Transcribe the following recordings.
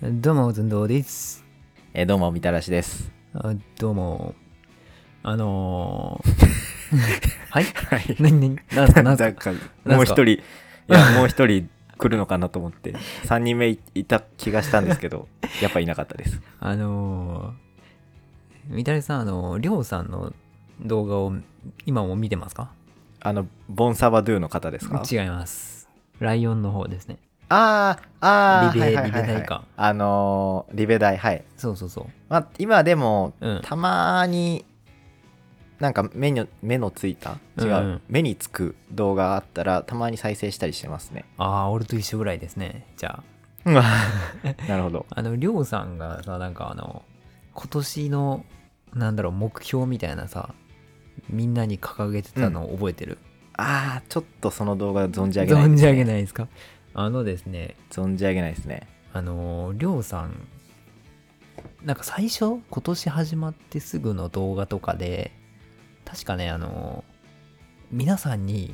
どうも、ずんどうです。 どうもみたらしです。 どうも。はいはい。 何なんすかなんすかなんかなんすかもう一人、もう一人来るのかなと思って三人目いた気がしたんですけど、やっぱいなかったです。 みたらしさん、りょうさんの動画を今も見てますか？ ボンサバドゥの方ですか？ 違います。ライオンの方ですね。 はいはいはい。 リベか。 リベ大、はい。 そうそうそまあ、今でも、 う。うん。 たまになんか目のついた違う、 うんうん。 目につく動画あったら、たまに再生したりしてますね。 俺と一緒ぐらいですね。じゃうんなるほど。 あ。りょうさんがさ、今年の、目標みたいなさ、みんなに掲げてたのを覚えてる？ ちょっとその動画存じ上げない存じ上げですね。 ないですか？ですね、 存じ上げないですね。 りょうさん、最初、今年始まってすぐの動画とかで、確かね、皆さんに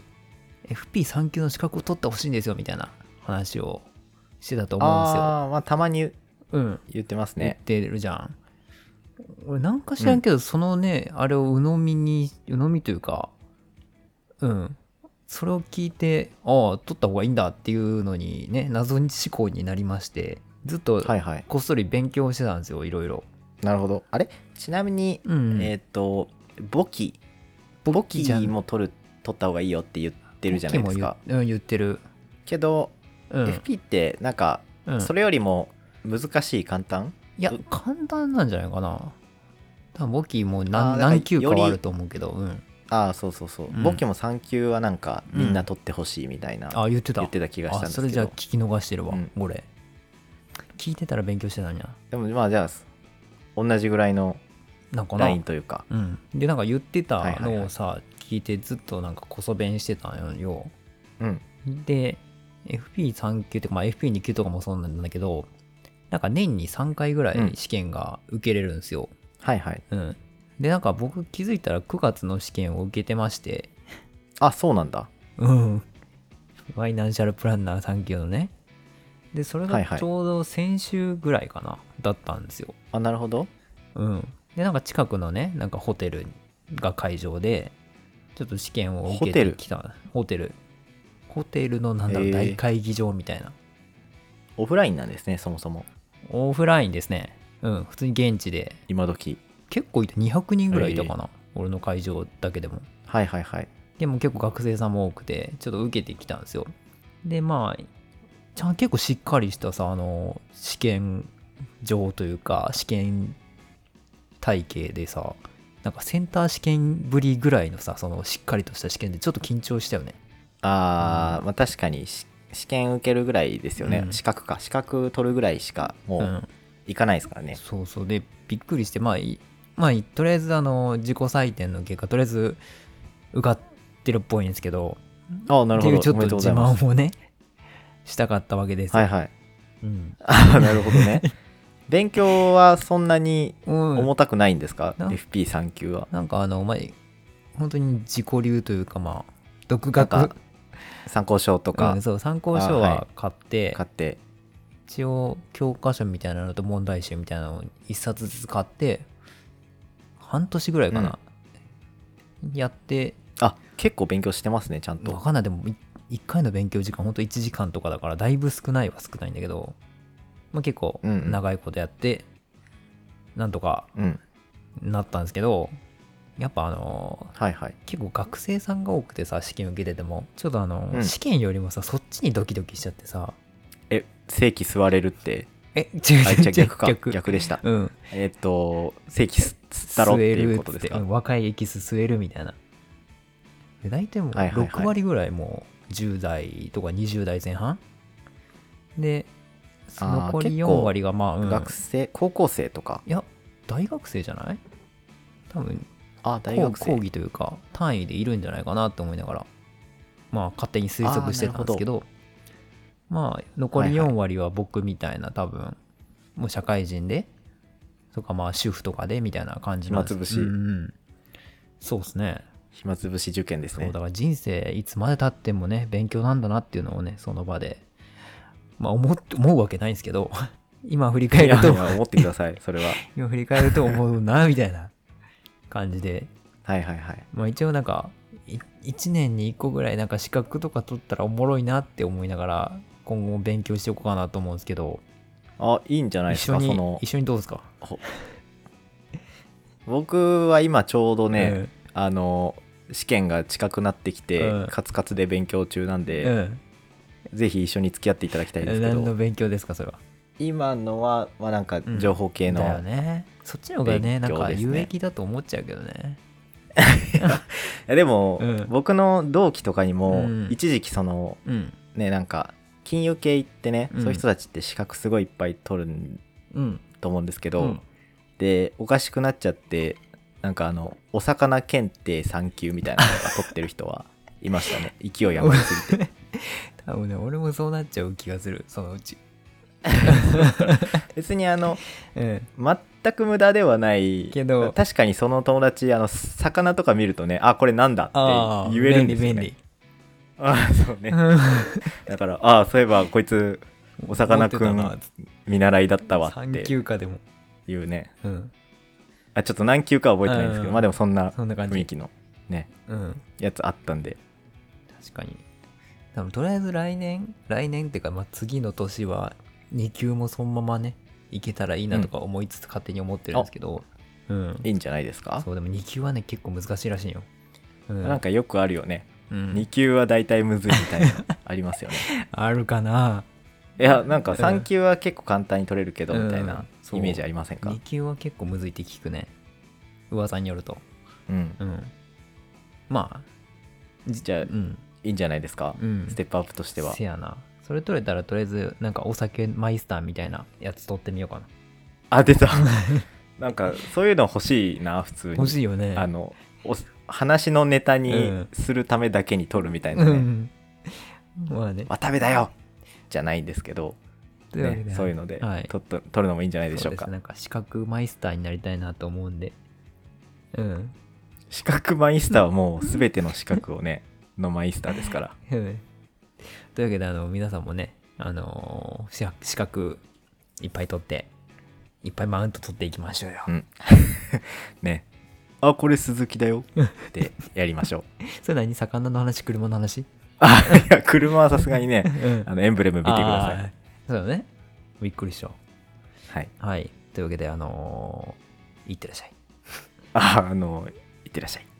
FP3 級の資格を取ってほしいんですよ、みたいな話をしてたと思うんですよ。 まあたまにうん。 言ってますね。 言ってるじゃん。俺なんか知らんけど、そのね、あれを鵜呑みというか、うん。それを聞いて、取った方がいいんだっていうのにね、謎思考になりまして、ずっとはいはい。 こっそり勉強してたんですよ、いろいろ。 なるほど。あれちなみに、 うん。 簿記。簿記も取った方がいいよって言ってるじゃないですか。 言ってる。 けど、 うん。 FP ってなんか、 うん。 それよりも難しい簡単いや、簡単なんじゃないかな。多分簿記もなんか何級かはあるより、 と思うけど、うん。 そうそうそう。 うん。 簿記も3級はなんかみんな取ってほしいみたいな、 言ってた。 言ってた気がしたんでそれじゃあすけど。 聞き逃してるわ、 うん。 俺。聞いてたら勉強してたんや。 でもまあじゃあ、同じぐらいのなんかラな。 インというか。 うん。で、言ってたはいはいはい。 のをさ、聞いてずっとこそ弁してたんよ。 うん。 で、FP3 級ってか、まあ FP2 級とかもそうなんだけど、年に3回ぐらいうん。 試験が受けれるんですよ。 はいはい。 うん。で、僕気づいたら9月の試験を受けてまして、 そうなんだ。 うん。ファイナンシャルプランナー3級のね。で、それがはいはい。 ちょうど先週ぐらいかな、だったんですよ。 なるほど。 うん。で、近くのね、ホテルが会場で、ちょっと試験を受けホテル。 てきた。ホテル。ホテルの大え会議場みたいな。 オフラインなんですね、そもそも。 オフラインですね。うん、普通に現地で。 今時。 結構いた、200人ぐらいいたかえな。俺の会場だけでも。 はいはいはい。 でも結構学生さんも多くて、ちょっと受けてきたんですよ。で、まあ、結構しっかりしたさ、試験場というか、試験体系でさ、センター試験ぶりぐらいのさ、そのしっかりとした試験でちょっと緊張したよね。うん。 まあ確かに試験受けるぐらいですよね。 うん。 資格か。資格取るぐらいしかもううん。 行かないですからね。 そうそう。で、びっくりして、とりあえず自己採点の結果、とりあえず受かってるっぽいんですけど、っていうなるほど。おめでとうごちょっと自ざいます。 慢をね、したかったわけですよ。 はいはい。 うん。 なるほどね。勉強はそんなにうん。 重たくないんですか？ な、 FP3 級は。 本当に自己流というか、独学。 なんか参考書とか、 うん、そう、参考書はい。 は買って、 買って。 一応教科書みたいなのと問題集みたいなのを一冊ずつ買って、半年ぐらいうん。 かな。やって、 結構勉強してますね、ちゃんと。 わかんない。でも、1回の勉強時間ほんと1時間とかだから、だいぶ少ないは少ないんだけど、結構うんうん。 長いことやって、なんとかうん。 なったんですけど、やっぱはいはい。 結構学生さんが多くてさ、試験受けてても、ちょっとうん。 試験よりもさ、そっちにドキドキしちゃってさ、 正規座れるって。 違う違う違う、 じゃあ逆か。 逆。 逆でした。 うん。 正規吸ったろ吸えっていうるっつって、うことですか？ ん、若いエキス吸えるみたいな。で、大体もう6 はいはいはい。 割ぐらいもう10代とか20代前半で、残り4 結構、 割がうん。 高校生とか。 いや、大学生じゃない？多分、講大学生。 義というか、単位でいるんじゃないかなって思いながら、勝手に推測してなるほど。 たんですけど、残り4 はいはい。 割は僕みたいな多分、もう社会人で、とか主婦とかでみたいな感じなんです。うんう暇つぶし、 ん。そうですね。 暇つぶし受験ですそう、 ね。 だから人生いつまで経ってもね、勉強なんだなっていうのをね、その場で、思うわけないんですけど、 今振り返るといや思ってくださいそれは。 今振り返ると思うなみたいな感じで、 はいはいはい。 まあ一応なんか1年に1個ぐらいなんか資格とか取ったらおもろいなって思いながら今後勉強しておこうかなと思うんですけど、 あ、いいんじゃないですか。 一緒にどうですか？ 僕は今ちょうどね、試験が近くなってきて、カツカツで勉強中なんで、ぜひ一緒に付き合っていただきたいですけど。 何の勉強ですかそれは？ 今のは、まあ、なんか情報系の、 だよね。そっちの方がね、なんか有益だと思っちゃうけどね。 いやでも、僕の同期とかにも、一時期その、ね、なんか金融系行ってね、そういう人たちって資格すごいいっぱい取ると思うんですけど、でおかしくなっちゃって、なんかお魚検定3級みたいなのが取ってる人はいましたね。勢い余りすぎて。 多分ね、俺もそうなっちゃう気がする、そのうち。 別に全く無駄ではないけど、確かにその友達魚とか見るとね、あ、これなんだって言えるんですよね。 便利。 あ、そうね。だから、そういえばこいつお魚くん見習いだったわって 3級かでも言うね。ちょっと何級かは覚えてないんですけど、まあでもそんな雰囲気のね、やつあったんで。 確かに。多分とりあえず来年っていうか、まあ、次の年は2級もそのままねいけたらいいなとか思いつつ勝手に思ってるんですけど、 いいんじゃないですか。 そう、でも2級はね結構難しいらしいよ。 なんかよくあるよね。2級はだいたいむずいみたいなありますよね。 あるかな。 いや、なんか3級は結構簡単に取れるけどみたいなイメージありませんか。 2級は結構むずいって聞くね、噂によると。まあじゃあ、いいんじゃないですか、ステップアップとしては。 せやな。それ取れたらとりあえずなんかお酒マイスターみたいなやつ取ってみようかな。 あ、出た。なんかそういうの欲しいな、普通に。 欲しいよね。 話のネタにするためだけに取るみたいなね。 まあね。 渡部だよじゃないんですけど、ね、そういうので、取るのもいいんじゃないでしょうか。 なんか資格マイスターになりたいなと思うんで。 資格マイスターはもう全ての資格をねのマイスターですから。 というわけで皆さんもね、資格いっぱい取っていっぱいマウント取っていきましょうよ。 ね。あ、これ鈴木だよってやりましょう。 それ何？魚の話？車の話？ いや、車はさすがにね、エンブレム見てください。 そうだね。びっくりした。 はい。 というわけでいってらっしゃい。 いってらっしゃい。